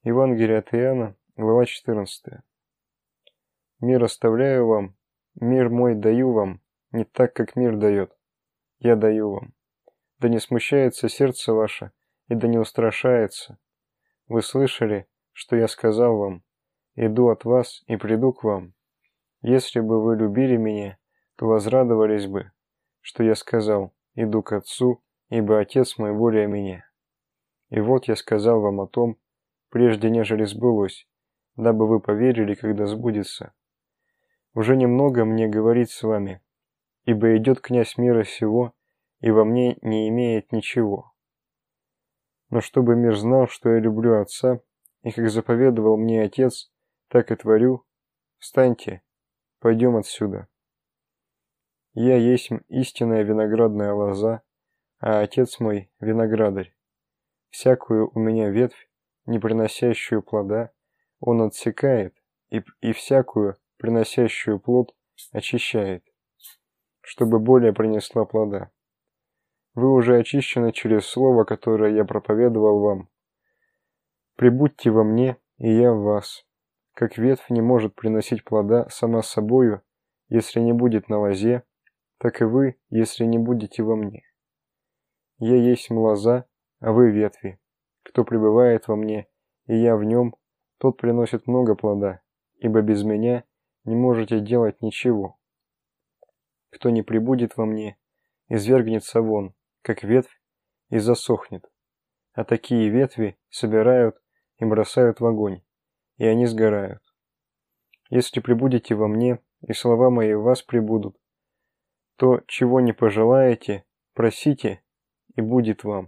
Евангелие от Иоанна, глава 14. «Мир оставляю вам, мир мой даю вам, не так, как мир дает. Я даю вам. Да не смущается сердце ваше, и да не устрашается. Вы слышали, что я сказал вам: иду от вас и приду к вам. Если бы вы любили меня, то возрадовались бы, что я сказал: иду к Отцу, ибо Отец мой более меня. И вот я сказал вам о том, прежде нежели сбылось, дабы вы поверили, когда сбудется. Уже немного мне говорить с вами, ибо идет князь мира сего, и во мне не имеет ничего. Но чтобы мир знал, что я люблю Отца, и как заповедовал мне Отец, так и творю, встаньте, пойдем отсюда. Я есть истинная виноградная лоза, а Отец мой виноградарь. Всякую у меня ветвь, не приносящую плода, он отсекает, и всякую, приносящую плод, очищает, чтобы более принесла плода. Вы уже очищены через слово, которое я проповедовал вам. Прибудьте во мне, и я в вас. Как ветвь не может приносить плода сама собою, если не будет на лозе, так и вы, если не будете во мне. Я есть лоза, а вы ветви. Кто пребывает во мне, и я в нем, тот приносит много плода, ибо без меня не можете делать ничего. Кто не пребудет во мне, извергнется вон, как ветвь, и засохнет. А такие ветви собирают и бросают в огонь, и они сгорают. Если пребудете во мне, и слова мои в вас пребудут, то, чего не пожелаете, просите, и будет вам».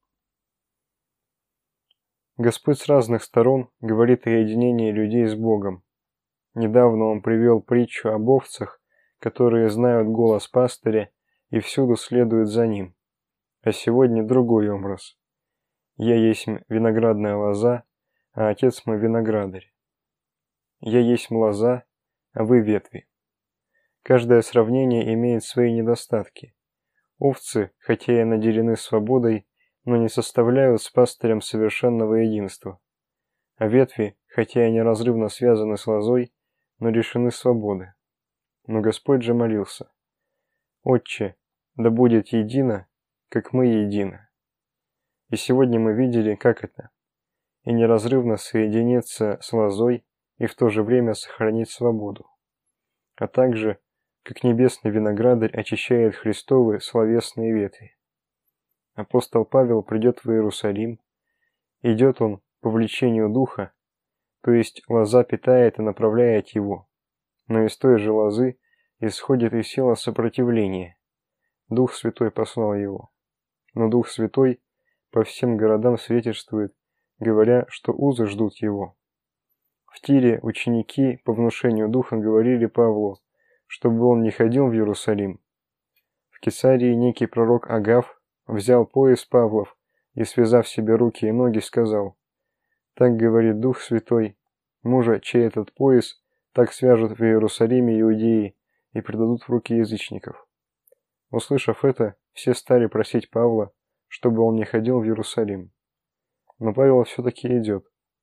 Господь с разных сторон говорит о единении людей с Богом. Недавно Он привел притчу об овцах, которые знают голос пастыря и всюду следуют за ним. А сегодня другой образ. Я есть виноградная лоза, а Отец мой виноградарь. Я есть лоза, а вы ветви. Каждое сравнение имеет свои недостатки. Овцы, хотя и наделены свободой, но не составляют с пастырем совершенного единства. А ветви, хотя и неразрывно связаны с лозой, но лишены свободы. Но Господь же молился: «Отче, да будет едино, как мы едины». И сегодня мы видели, как это. И неразрывно соединиться с лозой и в то же время сохранить свободу. А также, как небесный виноградарь очищает Христовы словесные ветви. Апостол Павел придет в Иерусалим. Идет он по влечению Духа, то есть лоза питает и направляет его. Но из той же лозы исходит и сила сопротивления. Дух Святой послал его. Но Дух Святой по всем городам свидетельствует, говоря, что узы ждут его. В Тире ученики по внушению Духа говорили Павлу, чтобы он не ходил в Иерусалим. В Кесарии некий пророк Агав взял пояс Павлов и, связав себе руки и ноги, сказал: «Так говорит Дух Святой, мужа, чей этот пояс, так свяжут в Иерусалиме иудеи и предадут в руки язычников». Услышав это, все стали просить Павла, чтобы он не ходил в Иерусалим. Но Павел все-таки идет.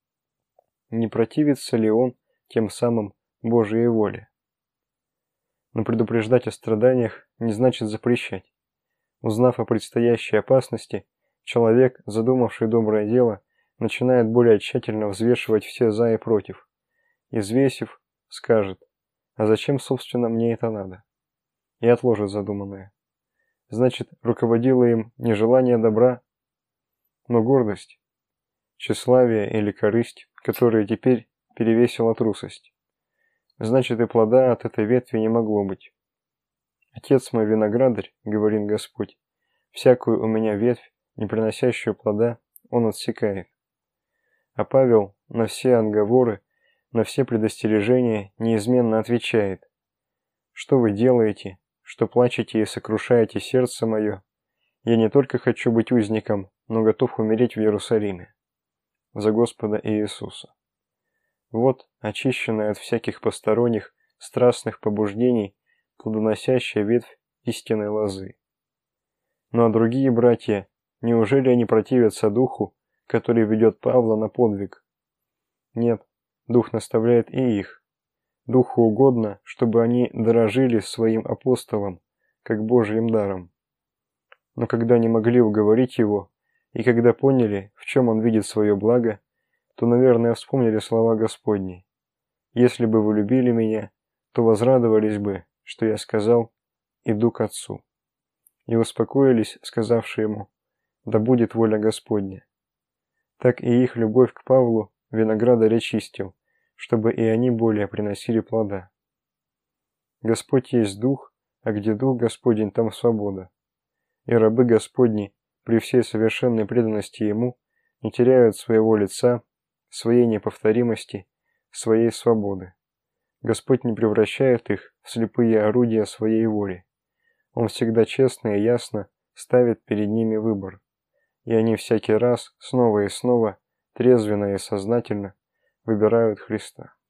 Не противится ли он тем самым Божьей воле? Но предупреждать о страданиях не значит запрещать. Узнав о предстоящей опасности, человек, задумавший доброе дело, начинает более тщательно взвешивать все «за» и «против». И, взвесив, скажет: «А зачем, собственно, мне это надо?» И отложит задуманное. Значит, руководило им не желание добра, но гордость, тщеславие или корысть, которые теперь перевесила трусость. Значит, и плода от этой ветви не могло быть. «Отец мой виноградарь, — говорит Господь, — всякую у меня ветвь, не приносящую плода, он отсекает». А Павел на все отговоры, на все предостережения неизменно отвечает: «Что вы делаете, что плачете и сокрушаете сердце мое? Я не только хочу быть узником, но готов умереть в Иерусалиме за Господа Иисуса». Вот очищенная от всяких посторонних страстных побуждений плодоносящая ветвь истинной лозы. Ну а другие братья, неужели они противятся духу, который ведет Павла на подвиг? Нет, Дух наставляет и их. Духу угодно, чтобы они дорожили своим апостолом, как Божьим даром. Но когда не могли уговорить его, и когда поняли, в чем он видит свое благо, то, наверное, вспомнили слова Господни. «Если бы вы любили меня, то возрадовались бы, что я сказал, иду к Отцу». И успокоились, сказавши ему, «Да будет воля Господня». Так и их любовь к Павлу виноградаря чистил, чтобы и они более приносили плода. Господь есть Дух, а где Дух Господень, там свобода. И рабы Господни при всей совершенной преданности Ему не теряют своего лица, своей неповторимости, своей свободы. Господь не превращает их в слепые орудия своей воли. Он всегда честно и ясно ставит перед ними выбор. И они всякий раз, снова и снова, трезвенно и сознательно выбирают Христа.